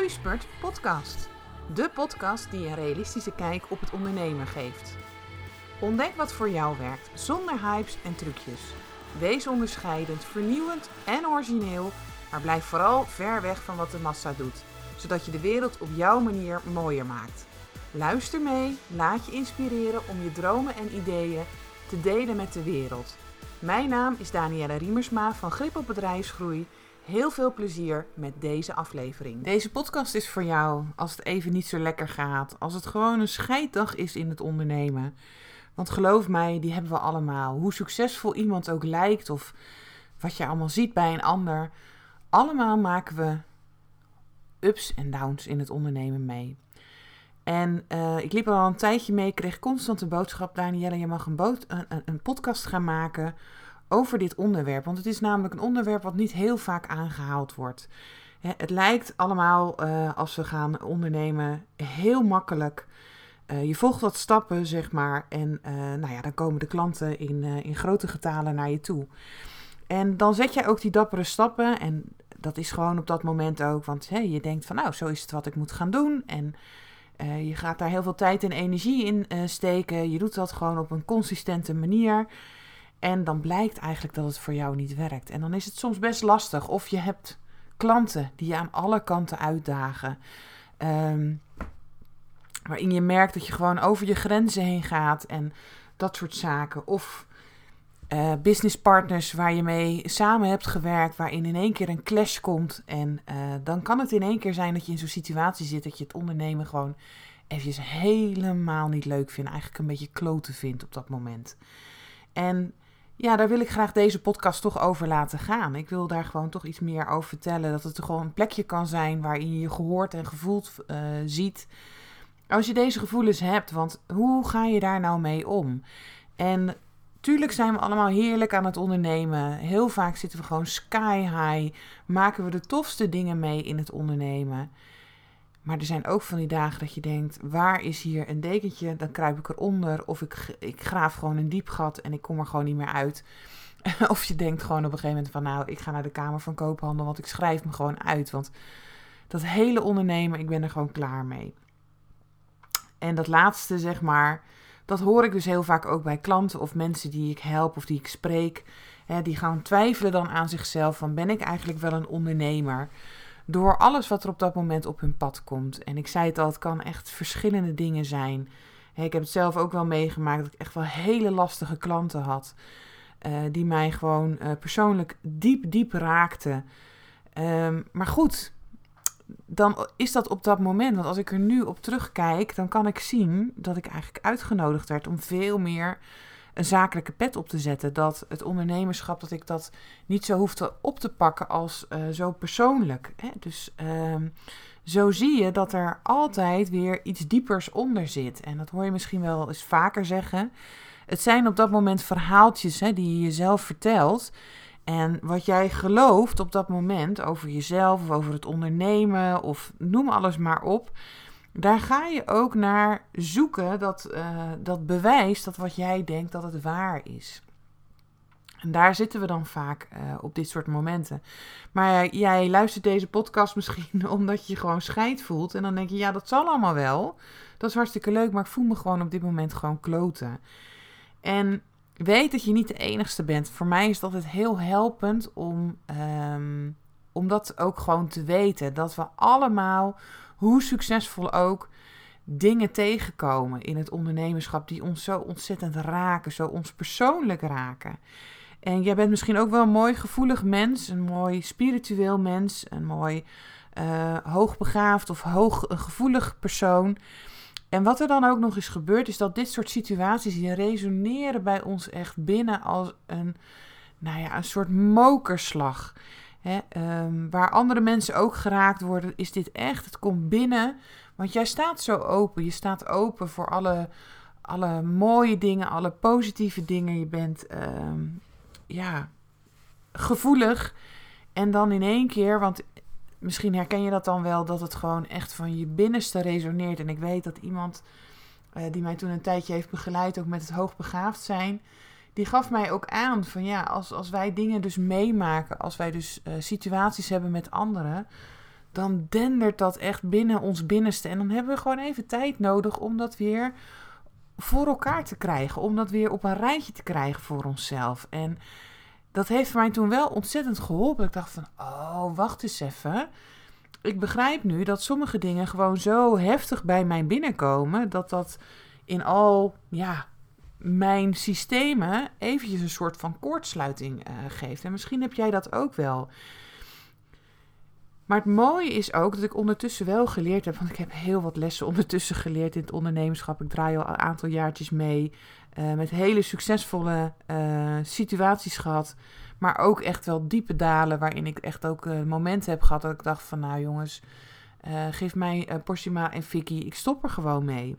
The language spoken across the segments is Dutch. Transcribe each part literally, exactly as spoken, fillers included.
Groeispurt podcast. De podcast die een realistische kijk op het ondernemen geeft. Ontdek wat voor jou werkt, zonder hypes en trucjes. Wees onderscheidend, vernieuwend en origineel, maar blijf vooral ver weg van wat de massa doet, zodat je de wereld op jouw manier mooier maakt. Luister mee, laat je inspireren om je dromen en ideeën te delen met de wereld. Mijn naam is Danielle Riemersma van Grip op Bedrijfsgroei. Heel veel plezier met deze aflevering. Deze podcast is voor jou als het even niet zo lekker gaat. Als het gewoon een scheiddag is in het ondernemen. Want geloof mij, die hebben we allemaal. Hoe succesvol iemand ook lijkt of wat je allemaal ziet bij een ander. Allemaal maken we ups en downs in het ondernemen mee. En uh, ik liep er al een tijdje mee, kreeg constant de boodschap: Danielle, je mag een, boot, een, een podcast gaan maken over dit onderwerp. Want het is namelijk een onderwerp wat niet heel vaak aangehaald wordt. Hè, het lijkt allemaal, uh, als we gaan ondernemen, heel makkelijk. Uh, je volgt wat stappen, zeg maar. En uh, nou ja, dan komen de klanten in, uh, in grote getalen naar je toe. En dan zet jij ook die dappere stappen. En dat is gewoon op dat moment ook. Want hè, je denkt van, nou, zo is het wat ik moet gaan doen. En uh, je gaat daar heel veel tijd en energie in uh, steken. Je doet dat gewoon op een consistente manier. En dan blijkt eigenlijk dat het voor jou niet werkt. En dan is het soms best lastig. Of je hebt klanten die je aan alle kanten uitdagen. Um, waarin je merkt dat je gewoon over je grenzen heen gaat. En dat soort zaken. Of uh, businesspartners waar je mee samen hebt gewerkt. Waarin in één keer een clash komt. En uh, dan kan het in één keer zijn dat je in zo'n situatie zit. Dat je het ondernemen gewoon eventjes helemaal niet leuk vindt. Eigenlijk een beetje kloten vindt op dat moment. En ja, daar wil ik graag deze podcast toch over laten gaan. Ik wil daar gewoon toch iets meer over vertellen. Dat het er gewoon een plekje kan zijn waarin je je gehoord en gevoeld uh, ziet. Als je deze gevoelens hebt, want hoe ga je daar nou mee om? En tuurlijk zijn we allemaal heerlijk aan het ondernemen. Heel vaak zitten we gewoon sky high. Maken we de tofste dingen mee in het ondernemen. Maar er zijn ook van die dagen dat je denkt, waar is hier een dekentje? Dan kruip ik eronder of ik, ik graaf gewoon een diep gat en ik kom er gewoon niet meer uit. Of je denkt gewoon op een gegeven moment van, nou, ik ga naar de Kamer van Koophandel, want ik schrijf me gewoon uit. Want dat hele ondernemen, ik ben er gewoon klaar mee. En dat laatste, zeg maar, dat hoor ik dus heel vaak ook bij klanten of mensen die ik help of die ik spreek. Hè, die gaan twijfelen dan aan zichzelf van, ben ik eigenlijk wel een ondernemer? Door alles wat er op dat moment op hun pad komt. En ik zei het al, het kan echt verschillende dingen zijn. Hey, ik heb het zelf ook wel meegemaakt dat ik echt wel hele lastige klanten had. Uh, die mij gewoon uh, persoonlijk diep, diep raakten. Um, maar goed, dan is dat op dat moment. Want als ik er nu op terugkijk, dan kan ik zien dat ik eigenlijk uitgenodigd werd om veel meer een zakelijke pet op te zetten. Dat het ondernemerschap, dat ik dat niet zo hoefde op te pakken als uh, zo persoonlijk. Hè? Dus uh, zo zie je dat er altijd weer iets diepers onder zit. En dat hoor je misschien wel eens vaker zeggen. Het zijn op dat moment verhaaltjes, hè, die je jezelf vertelt. En wat jij gelooft op dat moment over jezelf of over het ondernemen of noem alles maar op. Daar ga je ook naar zoeken dat, uh, dat bewijs dat wat jij denkt dat het waar is. En daar zitten we dan vaak uh, op dit soort momenten. Maar uh, jij luistert deze podcast misschien omdat je je gewoon scheid voelt. En dan denk je, ja, dat zal allemaal wel. Dat is hartstikke leuk, maar ik voel me gewoon op dit moment gewoon kloten. En weet dat je niet de enigste bent. Voor mij is dat het heel helpend om, um, om dat ook gewoon te weten. Dat we allemaal, hoe succesvol ook, dingen tegenkomen in het ondernemerschap die ons zo ontzettend raken, zo ons persoonlijk raken. En jij bent misschien ook wel een mooi gevoelig mens, een mooi spiritueel mens, een mooi uh, hoogbegaafd of hooggevoelig persoon. En wat er dan ook nog is gebeurd, is dat dit soort situaties die resoneren bij ons echt binnen als een, nou ja, een soort mokerslag. Hè, um, waar andere mensen ook geraakt worden, is dit echt, het komt binnen. Want jij staat zo open, je staat open voor alle, alle mooie dingen, alle positieve dingen. Je bent um, ja, gevoelig. En dan in één keer, want misschien herken je dat dan wel, dat het gewoon echt van je binnenste resoneert. En ik weet dat iemand uh, die mij toen een tijdje heeft begeleid, ook met het hoogbegaafd zijn, die gaf mij ook aan van ja, als, als wij dingen dus meemaken, als wij dus uh, situaties hebben met anderen, dan dendert dat echt binnen ons binnenste. En dan hebben we gewoon even tijd nodig om dat weer voor elkaar te krijgen. Om dat weer op een rijtje te krijgen voor onszelf. En dat heeft mij toen wel ontzettend geholpen. Ik dacht van, oh, wacht eens even. Ik begrijp nu dat sommige dingen gewoon zo heftig bij mij binnenkomen, dat dat in al ja, mijn systemen eventjes een soort van koortsluiting uh, geeft. En misschien heb jij dat ook wel. Maar het mooie is ook dat ik ondertussen wel geleerd heb, want ik heb heel wat lessen ondertussen geleerd in het ondernemerschap. Ik draai al een aantal jaartjes mee, uh, met hele succesvolle uh, situaties gehad. Maar ook echt wel diepe dalen, waarin ik echt ook uh, momenten heb gehad dat ik dacht van, nou jongens, uh, geef mij uh, Porsima en Vicky, ik stop er gewoon mee.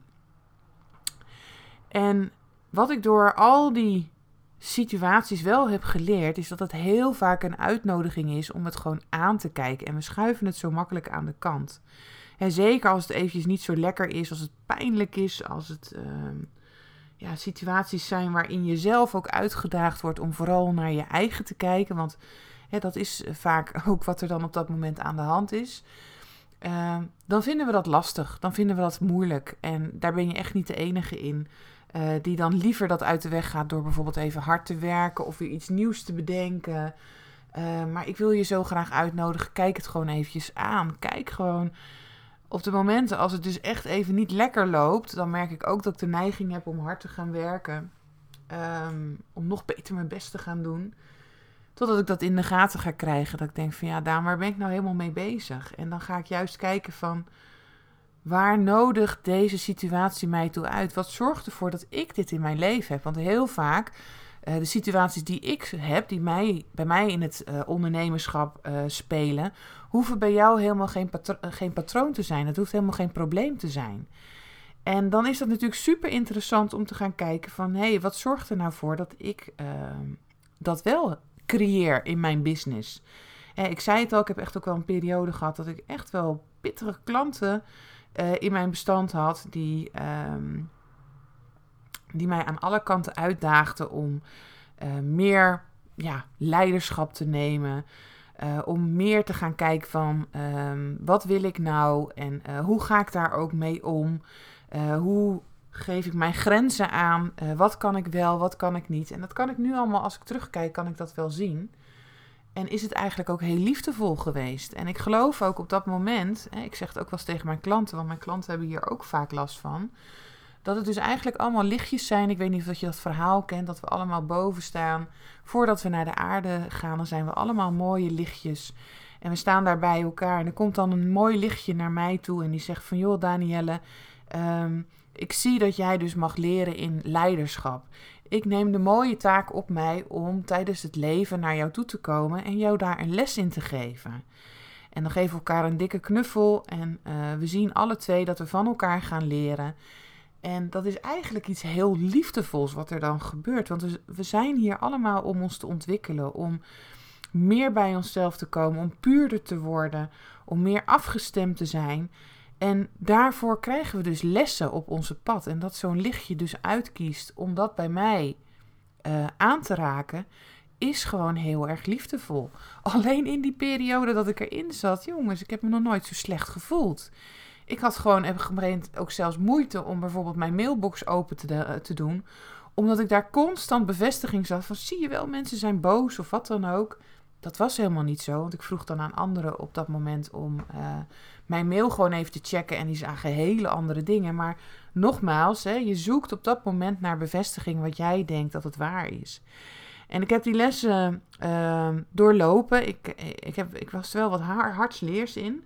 En wat ik door al die situaties wel heb geleerd, is dat het heel vaak een uitnodiging is om het gewoon aan te kijken. En we schuiven het zo makkelijk aan de kant. En zeker als het eventjes niet zo lekker is, als het pijnlijk is, als het uh, ja, situaties zijn waarin je zelf ook uitgedaagd wordt om vooral naar je eigen te kijken. Want ja, dat is vaak ook wat er dan op dat moment aan de hand is. Uh, dan vinden we dat lastig, dan vinden we dat moeilijk. En daar ben je echt niet de enige in. Uh, die dan liever dat uit de weg gaat door bijvoorbeeld even hard te werken of weer iets nieuws te bedenken. Uh, maar ik wil je zo graag uitnodigen, kijk het gewoon eventjes aan. Kijk gewoon op de momenten als het dus echt even niet lekker loopt, dan merk ik ook dat ik de neiging heb om hard te gaan werken. Um, om nog beter mijn best te gaan doen. Totdat ik dat in de gaten ga krijgen. Dat ik denk van ja, daar waar ben ik nou helemaal mee bezig? En dan ga ik juist kijken van, waar nodigt deze situatie mij toe uit? Wat zorgt ervoor dat ik dit in mijn leven heb? Want heel vaak, uh, de situaties die ik heb, die mij, bij mij in het uh, ondernemerschap uh, spelen, hoeven bij jou helemaal geen, patro- uh, geen patroon te zijn. Het hoeft helemaal geen probleem te zijn. En dan is dat natuurlijk super interessant om te gaan kijken van, hé, hey, wat zorgt er nou voor dat ik uh, dat wel creëer in mijn business? Uh, ik zei het al, ik heb echt ook wel een periode gehad dat ik echt wel pittige klanten Uh, in mijn bestand had, die, um, die mij aan alle kanten uitdaagden om uh, meer ja, leiderschap te nemen, uh, om meer te gaan kijken van um, wat wil ik nou en uh, hoe ga ik daar ook mee om, uh, hoe geef ik mijn grenzen aan, uh, wat kan ik wel, wat kan ik niet. En dat kan ik nu allemaal, als ik terugkijk, kan ik dat wel zien. En is het eigenlijk ook heel liefdevol geweest. En ik geloof ook op dat moment, hè, ik zeg het ook wel eens tegen mijn klanten, want mijn klanten hebben hier ook vaak last van, dat het dus eigenlijk allemaal lichtjes zijn. Ik weet niet of je dat verhaal kent, dat we allemaal boven staan. Voordat we naar de aarde gaan, dan zijn we allemaal mooie lichtjes. En we staan daar bij elkaar. En er komt dan een mooi lichtje naar mij toe en die zegt van, joh Danielle, um, ik zie dat jij dus mag leren in leiderschap. Ik neem de mooie taak op mij om tijdens het leven naar jou toe te komen en jou daar een les in te geven. En dan geven we elkaar een dikke knuffel en uh, we zien alle twee dat we van elkaar gaan leren. En dat is eigenlijk iets heel liefdevols wat er dan gebeurt. Want we, we zijn hier allemaal om ons te ontwikkelen, om meer bij onszelf te komen, om puurder te worden, om meer afgestemd te zijn. En daarvoor krijgen we dus lessen op onze pad. En dat zo'n lichtje dus uitkiest om dat bij mij uh, aan te raken, is gewoon heel erg liefdevol. Alleen in die periode dat ik erin zat, jongens, ik heb me nog nooit zo slecht gevoeld. Ik had gewoon op een gegeven moment ook zelfs moeite om bijvoorbeeld mijn mailbox open te, de, te doen. Omdat ik daar constant bevestiging zag van, zie je wel, mensen zijn boos of wat dan ook. Dat was helemaal niet zo, want ik vroeg dan aan anderen op dat moment om uh, mijn mail gewoon even te checken en die zagen hele andere dingen. Maar nogmaals, hè, je zoekt op dat moment naar bevestiging wat jij denkt dat het waar is. En ik heb die lessen uh, doorlopen. Ik, ik, heb, ik was er wel wat hartsleers in.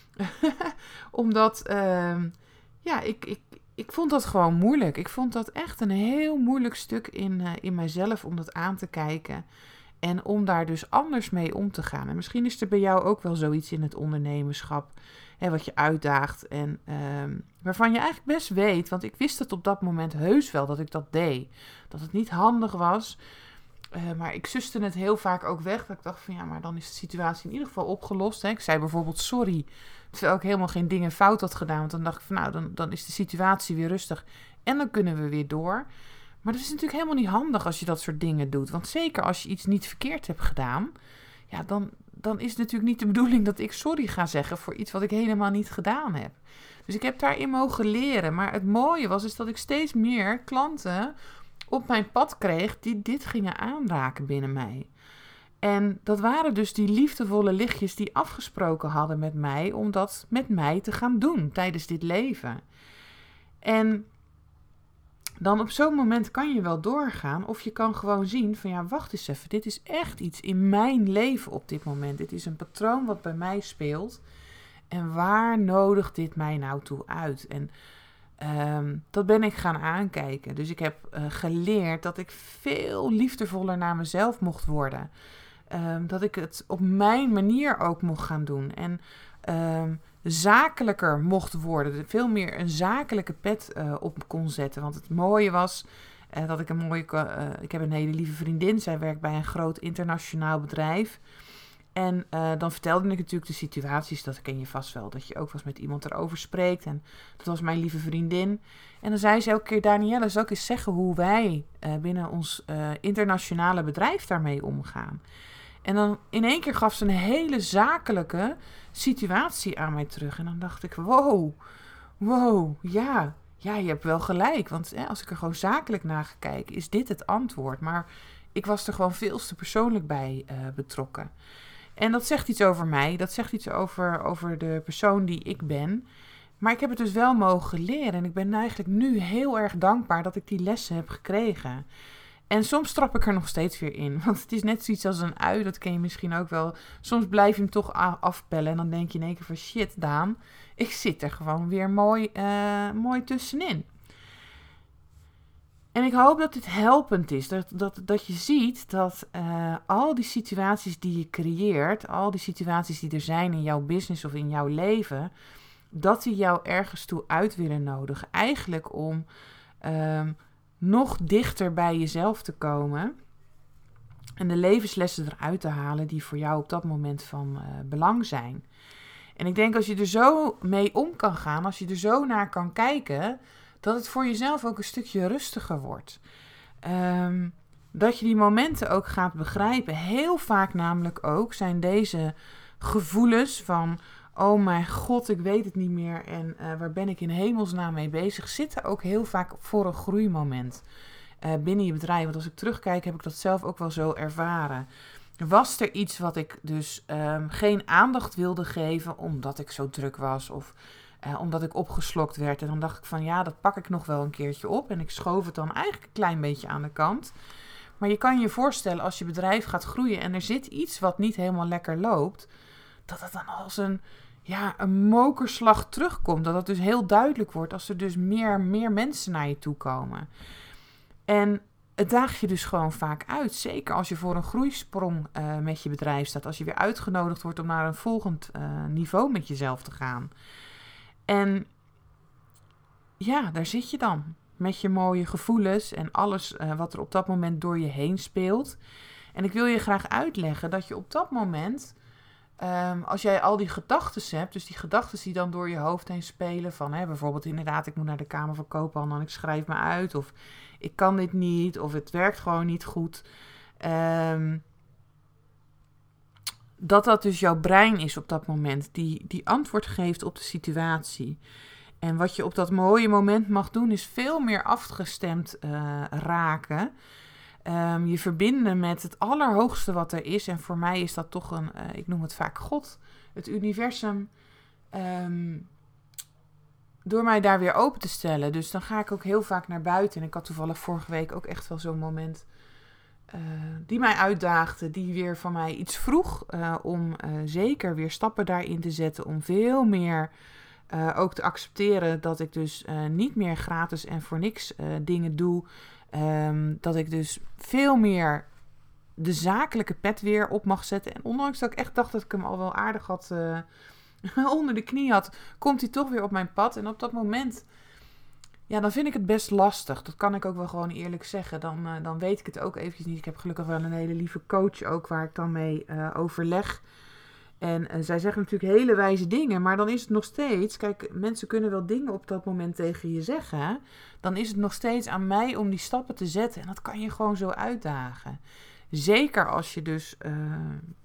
Omdat, uh, ja, ik, ik, ik vond dat gewoon moeilijk. Ik vond dat echt een heel moeilijk stuk in, uh, in mijzelf om dat aan te kijken. En om daar dus anders mee om te gaan. En misschien is er bij jou ook wel zoiets in het ondernemerschap, hè, wat je uitdaagt. En um, waarvan je eigenlijk best weet, want ik wist het op dat moment heus wel dat ik dat deed. Dat het niet handig was. Uh, maar ik suste het heel vaak ook weg. Dat ik dacht van ja, maar dan is de situatie in ieder geval opgelost. Hè. Ik zei bijvoorbeeld sorry, terwijl ik helemaal geen dingen fout had gedaan. Want dan dacht ik van nou, dan, dan is de situatie weer rustig. En dan kunnen we weer door. Maar dat is natuurlijk helemaal niet handig als je dat soort dingen doet. Want zeker als je iets niet verkeerd hebt gedaan, ja, dan, dan is het natuurlijk niet de bedoeling dat ik sorry ga zeggen voor iets wat ik helemaal niet gedaan heb. Dus ik heb daarin mogen leren. Maar het mooie was is dat ik steeds meer klanten op mijn pad kreeg die dit gingen aanraken binnen mij. En dat waren dus die liefdevolle lichtjes die afgesproken hadden met mij om dat met mij te gaan doen tijdens dit leven. En dan op zo'n moment kan je wel doorgaan of je kan gewoon zien van ja, wacht eens even, dit is echt iets in mijn leven op dit moment. Dit is een patroon wat bij mij speelt. En waar nodigt dit mij nou toe uit? En um, dat ben ik gaan aankijken. Dus ik heb uh, geleerd dat ik veel liefdevoller naar mezelf mocht worden. Um, dat ik het op mijn manier ook mocht gaan doen. En um, zakelijker mocht worden. Veel meer een zakelijke pet uh, op kon zetten. Want het mooie was uh, dat ik een mooie... Uh, ik heb een hele lieve vriendin. Zij werkt bij een groot internationaal bedrijf. En uh, dan vertelde ik natuurlijk de situaties. Dat ken je vast wel. Dat je ook wel eens met iemand erover spreekt. En dat was mijn lieve vriendin. En dan zei ze elke keer... Danielle, zal ik eens zeggen hoe wij uh, binnen ons uh, internationale bedrijf daarmee omgaan? En dan in één keer gaf ze een hele zakelijke situatie aan mij terug. En dan dacht ik, wow, wow, ja, ja, je hebt wel gelijk. Want eh, als ik er gewoon zakelijk naar ga kijken, is dit het antwoord. Maar ik was er gewoon veel te persoonlijk bij uh, betrokken. En dat zegt iets over mij. Dat zegt iets over, over de persoon die ik ben. Maar ik heb het dus wel mogen leren. En ik ben eigenlijk nu heel erg dankbaar dat ik die lessen heb gekregen. En soms trap ik er nog steeds weer in. Want het is net zoiets als een ui, dat ken je misschien ook wel. Soms blijf je hem toch afpellen en dan denk je in één keer van shit, Daan, ik zit er gewoon weer mooi, uh, mooi tussenin. En ik hoop dat dit helpend is. Dat, dat, dat je ziet dat uh, al die situaties die je creëert, al die situaties die er zijn in jouw business of in jouw leven, dat die jou ergens toe uit willen nodigen. Eigenlijk om... Um, nog dichter bij jezelf te komen en de levenslessen eruit te halen die voor jou op dat moment van uh, belang zijn. En ik denk als je er zo mee om kan gaan, als je er zo naar kan kijken, dat het voor jezelf ook een stukje rustiger wordt. Um, dat je die momenten ook gaat begrijpen. Heel vaak namelijk ook zijn deze gevoelens van... oh mijn god, ik weet het niet meer en uh, waar ben ik in hemelsnaam mee bezig, zitten ook heel vaak voor een groeimoment uh, binnen je bedrijf. Want als ik terugkijk, heb ik dat zelf ook wel zo ervaren. Was er iets wat ik dus um, geen aandacht wilde geven omdat ik zo druk was of uh, omdat ik opgeslokt werd. En dan dacht ik van ja, dat pak ik nog wel een keertje op en ik schoof het dan eigenlijk een klein beetje aan de kant. Maar je kan je voorstellen als je bedrijf gaat groeien en er zit iets wat niet helemaal lekker loopt, dat het dan als een... ja, een mokerslag terugkomt. Dat het dus heel duidelijk wordt als er dus meer, meer mensen naar je toe komen. En het daagt je dus gewoon vaak uit. Zeker als je voor een groeisprong uh, met je bedrijf staat. Als je weer uitgenodigd wordt om naar een volgend uh, niveau met jezelf te gaan. En ja, daar zit je dan. Met je mooie gevoelens en alles uh, wat er op dat moment door je heen speelt. En ik wil je graag uitleggen dat je op dat moment... Um, als jij al die gedachten hebt, dus die gedachten die dan door je hoofd heen spelen van hè, bijvoorbeeld inderdaad ik moet naar de Kamer van Koophandel en ik schrijf me uit of ik kan dit niet of het werkt gewoon niet goed. Um, dat dat dus jouw brein is op dat moment die, die antwoord geeft op de situatie. En wat je op dat mooie moment mag doen is veel meer afgestemd uh, raken. Um, je verbinden met het allerhoogste wat er is. En voor mij is dat toch een, uh, ik noem het vaak God, het universum. Um, door mij daar weer open te stellen. Dus dan ga ik ook heel vaak naar buiten. En ik had toevallig vorige week ook echt wel zo'n moment uh, die mij uitdaagde. Die weer van mij iets vroeg uh, om uh, zeker weer stappen daarin te zetten. Om veel meer uh, ook te accepteren dat ik dus uh, niet meer gratis en voor niks uh, dingen doe. Um, dat ik dus veel meer de zakelijke pet weer op mag zetten. En ondanks dat ik echt dacht dat ik hem al wel aardig had uh, onder de knie had, komt hij toch weer op mijn pad. En op dat moment, ja, dan vind ik het best lastig. Dat kan ik ook wel gewoon eerlijk zeggen. Dan, uh, dan weet ik het ook eventjes niet. Ik heb gelukkig wel een hele lieve coach ook waar ik dan mee uh, overleg. En uh, zij zeggen natuurlijk hele wijze dingen, maar dan is het nog steeds... Kijk, mensen kunnen wel dingen op dat moment tegen je zeggen. Dan is het nog steeds aan mij om die stappen te zetten. En dat kan je gewoon zo uitdagen. Zeker als je dus uh,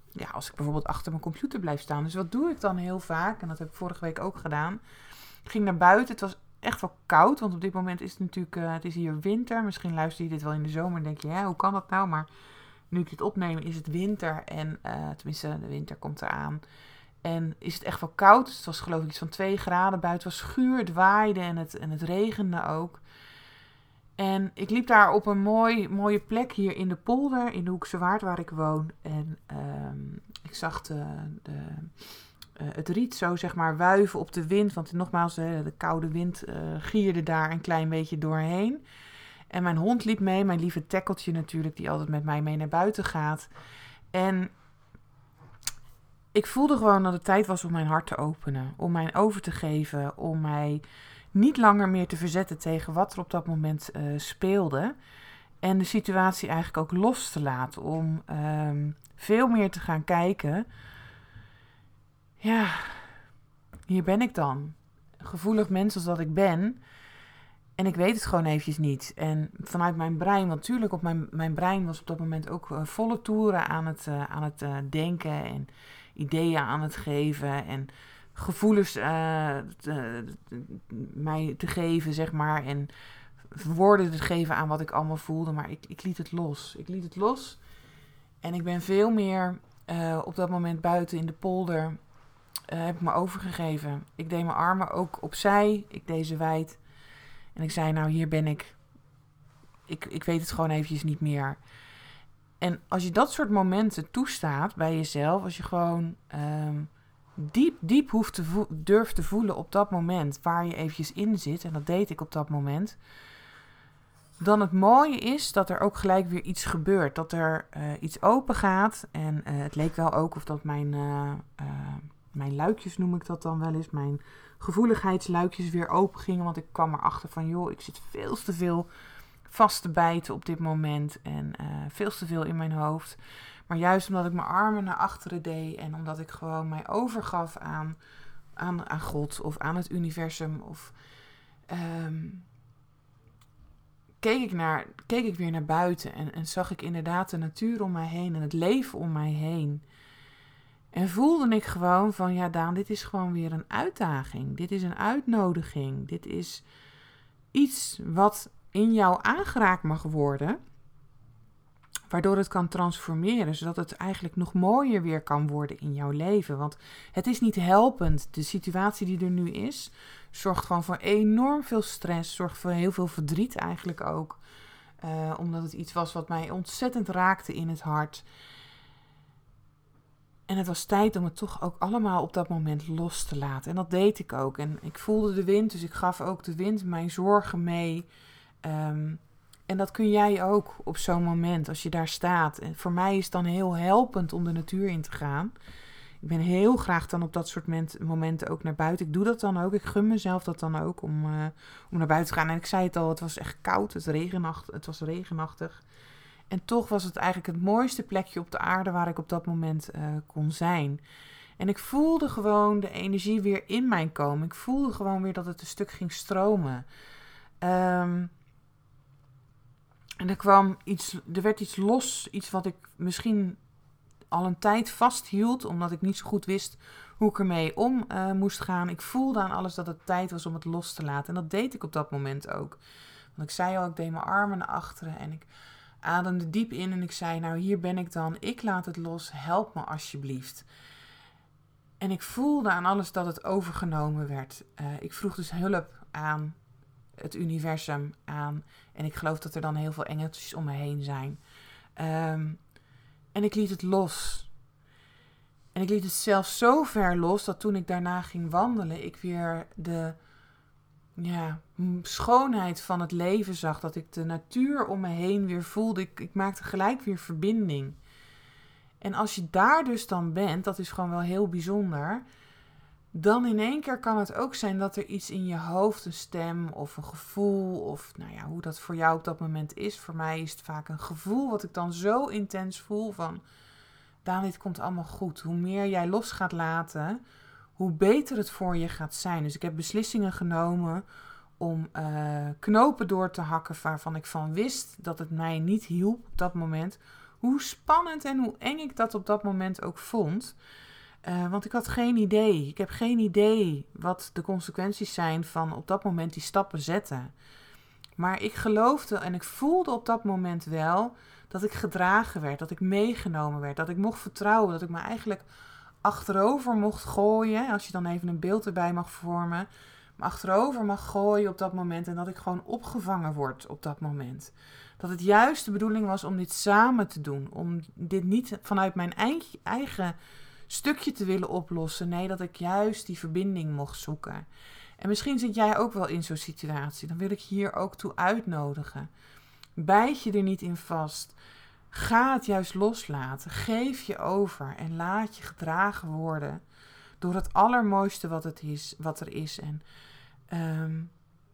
ja, als ik bijvoorbeeld achter mijn computer blijf staan. Dus wat doe ik dan heel vaak? En dat heb ik vorige week ook gedaan. Ik ging naar buiten. Het was echt wel koud. Want op dit moment is het natuurlijk... Uh, het is hier winter. Misschien luister je dit wel in de zomer. En denk je, ja, hoe kan dat nou? Maar nu ik dit opneem is het winter. En uh, tenminste, de winter komt eraan. En is het echt wel koud. Dus het was geloof ik iets van twee graden. Buiten was schuur. Het waaide en het, en het regende ook. En ik liep daar op een mooi, mooie plek hier in de polder, in de Hoekse Waard waar ik woon. En um, ik zag de, de, uh, het riet zo zeg maar wuiven op de wind. Want nogmaals, de, de koude wind uh, gierde daar een klein beetje doorheen. En mijn hond liep mee, mijn lieve Tekkeltje natuurlijk, die altijd met mij mee naar buiten gaat. En ik voelde gewoon dat het tijd was om mijn hart te openen. Om mij over te geven, om mij niet langer meer te verzetten tegen wat er op dat moment uh, speelde. En de situatie eigenlijk ook los te laten. Om um, veel meer te gaan kijken. Ja, hier ben ik dan. Gevoelig mens als dat ik ben. En ik weet het gewoon eventjes niet. En vanuit mijn brein, want natuurlijk op mijn, mijn brein was op dat moment ook uh, volle toeren aan het, uh, aan het uh, denken. En ideeën aan het geven. En gevoelens uh, te, te, mij te geven, zeg maar. En woorden te geven aan wat ik allemaal voelde. Maar ik, ik liet het los. Ik liet het los. En ik ben veel meer uh, op dat moment buiten in de polder. Uh, heb ik me overgegeven. Ik deed mijn armen ook opzij. Ik deed ze wijd. En ik zei, nou hier ben ik. Ik, ik weet het gewoon eventjes niet meer. En als je dat soort momenten toestaat bij jezelf. Als je gewoon um, diep, diep hoeft te vo- durft te voelen op dat moment. Waar je eventjes in zit. En dat deed ik op dat moment. Dan het mooie is dat er ook gelijk weer iets gebeurt. Dat er uh, iets open gaat. En uh, het leek wel ook of dat mijn, uh, uh, mijn luikjes noem ik dat dan wel eens. Mijn gevoeligheidsluikjes weer open gingen. Want ik kwam erachter van joh, ik zit veel te veel vast te bijten op dit moment. En uh, veel te veel in mijn hoofd. Maar juist omdat ik mijn armen naar achteren deed. En omdat ik gewoon mij overgaf aan, aan, aan God. Of aan het universum. Of um, keek, ik naar, keek ik weer naar buiten. En, en zag ik inderdaad de natuur om mij heen. En het leven om mij heen. En voelde ik gewoon van, ja Daan, dit is gewoon weer een uitdaging. Dit is een uitnodiging. Dit is iets wat in jou aangeraakt mag worden. Waardoor het kan transformeren. Zodat het eigenlijk nog mooier weer kan worden in jouw leven. Want het is niet helpend. De situatie die er nu is, zorgt gewoon voor enorm veel stress. Zorgt voor heel veel verdriet eigenlijk ook. Uh, omdat het iets was wat mij ontzettend raakte in het hart. En het was tijd om het toch ook allemaal op dat moment los te laten. En dat deed ik ook. En ik voelde de wind, dus ik gaf ook de wind mijn zorgen mee. Um, en dat kun jij ook op zo'n moment, als je daar staat. En voor mij is het dan heel helpend om de natuur in te gaan. Ik ben heel graag dan op dat soort momenten ook naar buiten. Ik doe dat dan ook. Ik gun mezelf dat dan ook om, uh, om naar buiten te gaan. En ik zei het al, het was echt koud. Het, regenacht, het was regenachtig. En toch was het eigenlijk het mooiste plekje op de aarde waar ik op dat moment uh, kon zijn. En ik voelde gewoon de energie weer in mij komen. Ik voelde gewoon weer dat het een stuk ging stromen. Um, en er kwam iets, er werd iets los. Iets wat ik misschien al een tijd vasthield. Omdat ik niet zo goed wist hoe ik ermee om uh, moest gaan. Ik voelde aan alles dat het tijd was om het los te laten. En dat deed ik op dat moment ook. Want ik zei al, ik deed mijn armen naar achteren en ik ademde diep in en ik zei, nou hier ben ik dan, ik laat het los, help me alsjeblieft. En ik voelde aan alles dat het overgenomen werd. Uh, ik vroeg dus hulp aan het universum aan. En ik geloof dat er dan heel veel engeltjes om me heen zijn. Um, en ik liet het los. En ik liet het zelfs zo ver los dat toen ik daarna ging wandelen, ik weer de ja, schoonheid van het leven zag. Dat ik de natuur om me heen weer voelde. Ik, ik maakte gelijk weer verbinding. En als je daar dus dan bent, dat is gewoon wel heel bijzonder. Dan in één keer kan het ook zijn dat er iets in je hoofd, een stem of een gevoel, of nou ja, hoe dat voor jou op dat moment is. Voor mij is het vaak een gevoel wat ik dan zo intens voel van, Daan, dit komt allemaal goed. Hoe meer jij los gaat laten, hoe beter het voor je gaat zijn. Dus ik heb beslissingen genomen om uh, knopen door te hakken waarvan ik van wist dat het mij niet hielp op dat moment. Hoe spannend en hoe eng ik dat op dat moment ook vond. Uh, want ik had geen idee. Ik heb geen idee wat de consequenties zijn van op dat moment die stappen zetten. Maar ik geloofde en ik voelde op dat moment wel dat ik gedragen werd, dat ik meegenomen werd, dat ik mocht vertrouwen, dat ik me eigenlijk achterover mocht gooien, als je dan even een beeld erbij mag vormen, me achterover mag gooien op dat moment en dat ik gewoon opgevangen word op dat moment. Dat het juist de bedoeling was om dit samen te doen, om dit niet vanuit mijn eigen stukje te willen oplossen. Nee, dat ik juist die verbinding mocht zoeken. En misschien zit jij ook wel in zo'n situatie. Dan wil ik je hier ook toe uitnodigen. Bijt je er niet in vast. Ga het juist loslaten. Geef je over en laat je gedragen worden door het allermooiste wat, het is, wat er is. En um,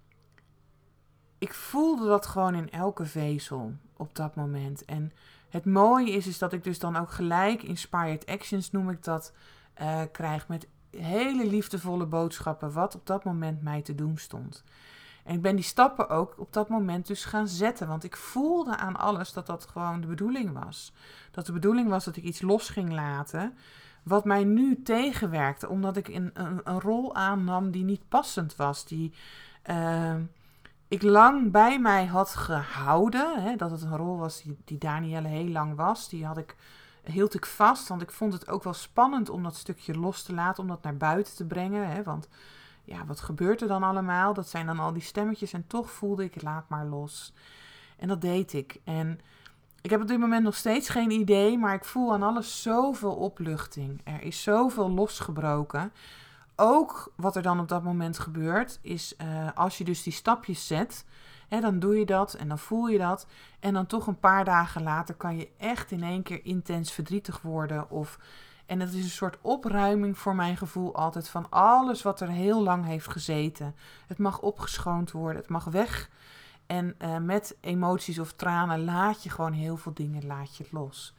ik voelde dat gewoon in elke vezel op dat moment. En het mooie is, is dat ik dus dan ook gelijk inspired actions, noem ik dat, uh, krijg met hele liefdevolle boodschappen wat op dat moment mij te doen stond. En ik ben die stappen ook op dat moment dus gaan zetten. Want ik voelde aan alles dat dat gewoon de bedoeling was. Dat de bedoeling was dat ik iets los ging laten wat mij nu tegenwerkte. Omdat ik een, een, een rol aannam die niet passend was. Die uh, ik lang bij mij had gehouden. Hè, dat het een rol was die, die Danielle heel lang was. Die had ik, hield ik vast. Want ik vond het ook wel spannend om dat stukje los te laten. Om dat naar buiten te brengen. Hè, want ja, wat gebeurt er dan allemaal? Dat zijn dan al die stemmetjes. En toch voelde ik, laat maar los. En dat deed ik. En ik heb op dit moment nog steeds geen idee. Maar ik voel aan alles zoveel opluchting. Er is zoveel losgebroken. Ook wat er dan op dat moment gebeurt, is uh, als je dus die stapjes zet, hè, dan doe je dat en dan voel je dat. En dan toch een paar dagen later kan je echt in één keer intens verdrietig worden. Of, en het is een soort opruiming voor mijn gevoel altijd van alles wat er heel lang heeft gezeten. Het mag opgeschoond worden, het mag weg. En uh, met emoties of tranen laat je gewoon heel veel dingen, laat je los.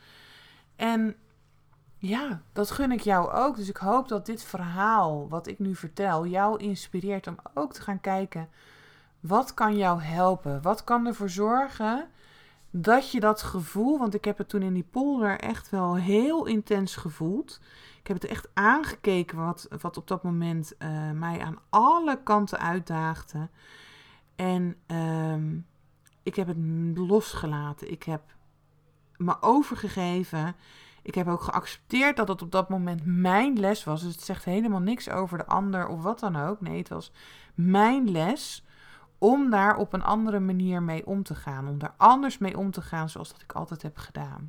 En ja, dat gun ik jou ook. Dus ik hoop dat dit verhaal, wat ik nu vertel, jou inspireert om ook te gaan kijken, wat kan jou helpen? Wat kan ervoor zorgen dat je dat gevoel, want ik heb het toen in die polder echt wel heel intens gevoeld. Ik heb het echt aangekeken wat, wat op dat moment uh, mij aan alle kanten uitdaagde. En um, ik heb het losgelaten. Ik heb me overgegeven. Ik heb ook geaccepteerd dat het op dat moment mijn les was. Dus het zegt helemaal niks over de ander of wat dan ook. Nee, het was mijn les om daar op een andere manier mee om te gaan. Om daar anders mee om te gaan zoals dat ik altijd heb gedaan.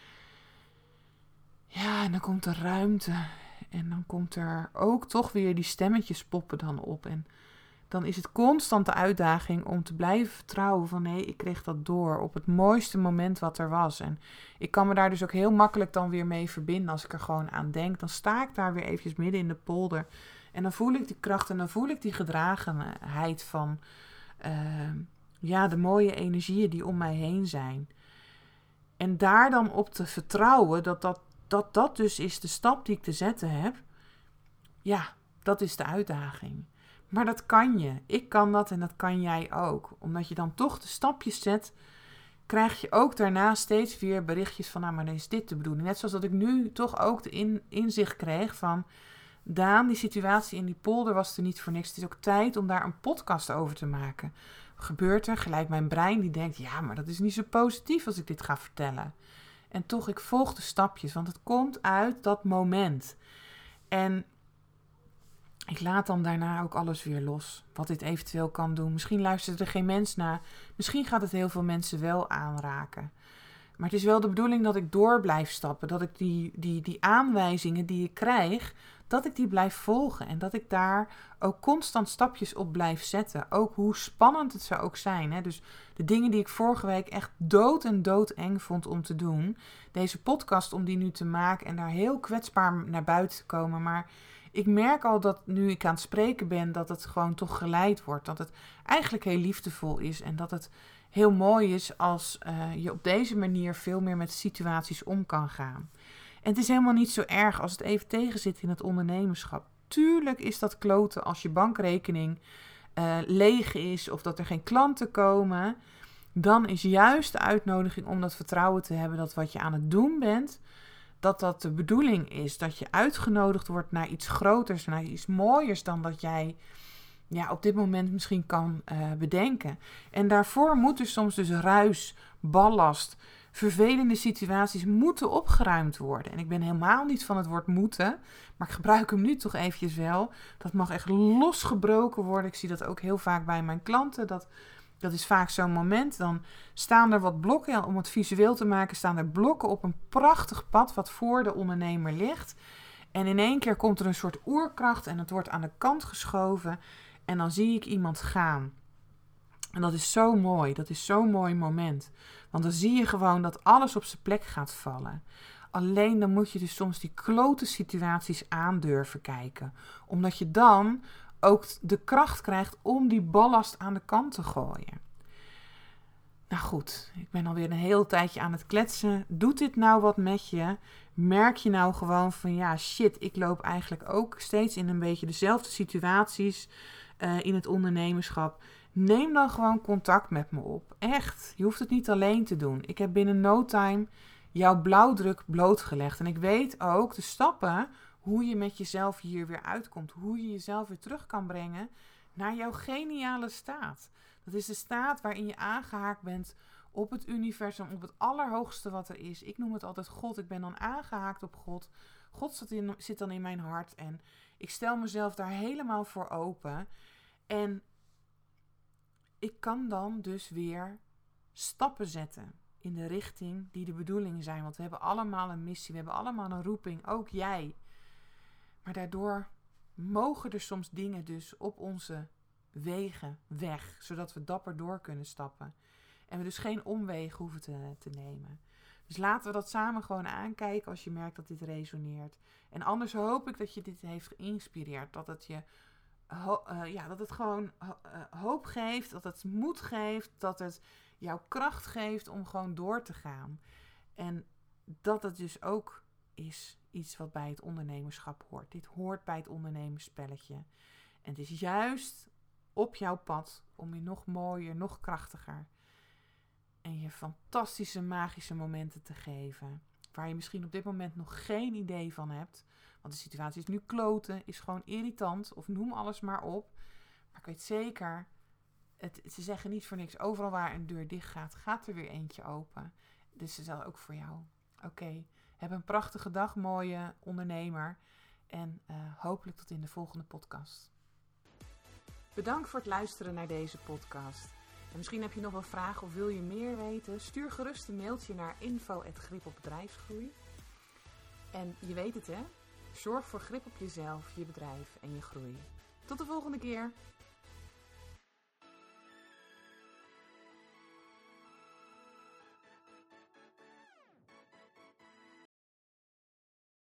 Ja, en dan komt er ruimte. En dan komt er ook toch weer die stemmetjes poppen dan op. En dan is het constant de uitdaging om te blijven vertrouwen van nee, ik kreeg dat door op het mooiste moment wat er was. En ik kan me daar dus ook heel makkelijk dan weer mee verbinden als ik er gewoon aan denk. Dan sta ik daar weer eventjes midden in de polder en dan voel ik die kracht en dan voel ik die gedragenheid van uh, ja, de mooie energieën die om mij heen zijn. En daar dan op te vertrouwen dat dat, dat dat dus is de stap die ik te zetten heb. Ja, dat is de uitdaging. Maar dat kan je. Ik kan dat en dat kan jij ook. Omdat je dan toch de stapjes zet, krijg je ook daarna steeds weer berichtjes van, nou, maar dan is dit de bedoeling. Net zoals dat ik nu toch ook de in, inzicht kreeg van, Daan, die situatie in die polder was er niet voor niks. Het is ook tijd om daar een podcast over te maken. Wat gebeurt er? Gelijk mijn brein die denkt, ja, maar dat is niet zo positief als ik dit ga vertellen. En toch, ik volg de stapjes, want het komt uit dat moment. En ik laat dan daarna ook alles weer los, wat dit eventueel kan doen. Misschien luistert er geen mens naar. Misschien gaat het heel veel mensen wel aanraken. Maar het is wel de bedoeling dat ik door blijf stappen. Dat ik die, die, die aanwijzingen die ik krijg, dat ik die blijf volgen. En dat ik daar ook constant stapjes op blijf zetten. Ook hoe spannend het zou ook zijn. Hè? Dus de dingen die ik vorige week echt dood en doodeng vond om te doen. Deze podcast om die nu te maken en daar heel kwetsbaar naar buiten te komen. Maar ik merk al dat nu ik aan het spreken ben, dat het gewoon toch geleid wordt. Dat het eigenlijk heel liefdevol is. En dat het heel mooi is als uh, je op deze manier veel meer met situaties om kan gaan. En het is helemaal niet zo erg als het even tegenzit in het ondernemerschap. Tuurlijk is dat kloten als je bankrekening uh, leeg is of dat er geen klanten komen. dan is juist de uitnodiging om dat vertrouwen te hebben dat wat je aan het doen bent, dat dat de bedoeling is. Dat je uitgenodigd wordt naar iets groters, naar iets mooiers dan dat jij ja, op dit moment misschien kan uh, bedenken. En daarvoor moet er soms dus ruis, ballast, vervelende situaties moeten opgeruimd worden. En ik ben helemaal niet van het woord moeten, maar ik gebruik hem nu toch eventjes wel. Dat mag echt losgebroken worden. Ik zie dat ook heel vaak bij mijn klanten. Dat, dat is vaak zo'n moment. Dan staan er wat blokken, ja, om het visueel te maken, staan er blokken op een prachtig pad wat voor de ondernemer ligt. En in één keer komt er een soort oerkracht en het wordt aan de kant geschoven. En dan zie ik iemand gaan. En dat is zo mooi. Dat is zo'n mooi moment. Want dan zie je gewoon dat alles op zijn plek gaat vallen. Alleen dan moet je dus soms die klote situaties aan durven kijken. Omdat je dan ook de kracht krijgt om die ballast aan de kant te gooien. Nou goed, ik ben alweer een heel tijdje aan het kletsen. Doet dit nou wat met je? Merk je nou gewoon van ja shit, ik loop eigenlijk ook steeds in een beetje dezelfde situaties uh, in het ondernemerschap. Neem dan gewoon contact met me op. Echt, je hoeft het niet alleen te doen. Ik heb binnen no time jouw blauwdruk blootgelegd. En ik weet ook de stappen hoe je met jezelf hier weer uitkomt. Hoe je jezelf weer terug kan brengen naar jouw geniale staat. Dat is de staat waarin je aangehaakt bent op het universum, op het allerhoogste wat er is. Ik noem het altijd God. Ik ben dan aangehaakt op God. God zit, in, zit dan in mijn hart en ik stel mezelf daar helemaal voor open. En ik kan dan dus weer stappen zetten in de richting die de bedoelingen zijn. Want we hebben allemaal een missie, we hebben allemaal een roeping, ook jij. Maar daardoor mogen er soms dingen dus op onze wegen weg, zodat we dapper door kunnen stappen. En we dus geen omwegen hoeven te, te nemen. Dus laten we dat samen gewoon aankijken als je merkt dat dit resoneert. En anders hoop ik dat je dit heeft geïnspireerd. Dat het je ho- uh, ja, dat het gewoon ho- uh, hoop geeft, dat het moed geeft, dat het jouw kracht geeft om gewoon door te gaan. En dat het dus ook is iets wat bij het ondernemerschap hoort. Dit hoort bij het ondernemerspelletje. En het is juist op jouw pad om je nog mooier, nog krachtiger en je fantastische magische momenten te geven. Waar je misschien op dit moment nog geen idee van hebt. Want de situatie is nu kloten, is gewoon irritant. Of noem alles maar op. Maar ik weet zeker, het, ze zeggen niet voor niks. Overal waar een deur dicht gaat, gaat er weer eentje open. Dus ze zal ook voor jou. Oké, okay. Heb een prachtige dag, mooie ondernemer. En uh, hopelijk tot in de volgende podcast. Bedankt voor het luisteren naar deze podcast. En misschien heb je nog een vraag of wil je meer weten? Stuur gerust een mailtje naar info at grip op bedrijfsgroei. En je weet het hè, zorg voor grip op jezelf, je bedrijf en je groei. Tot de volgende keer!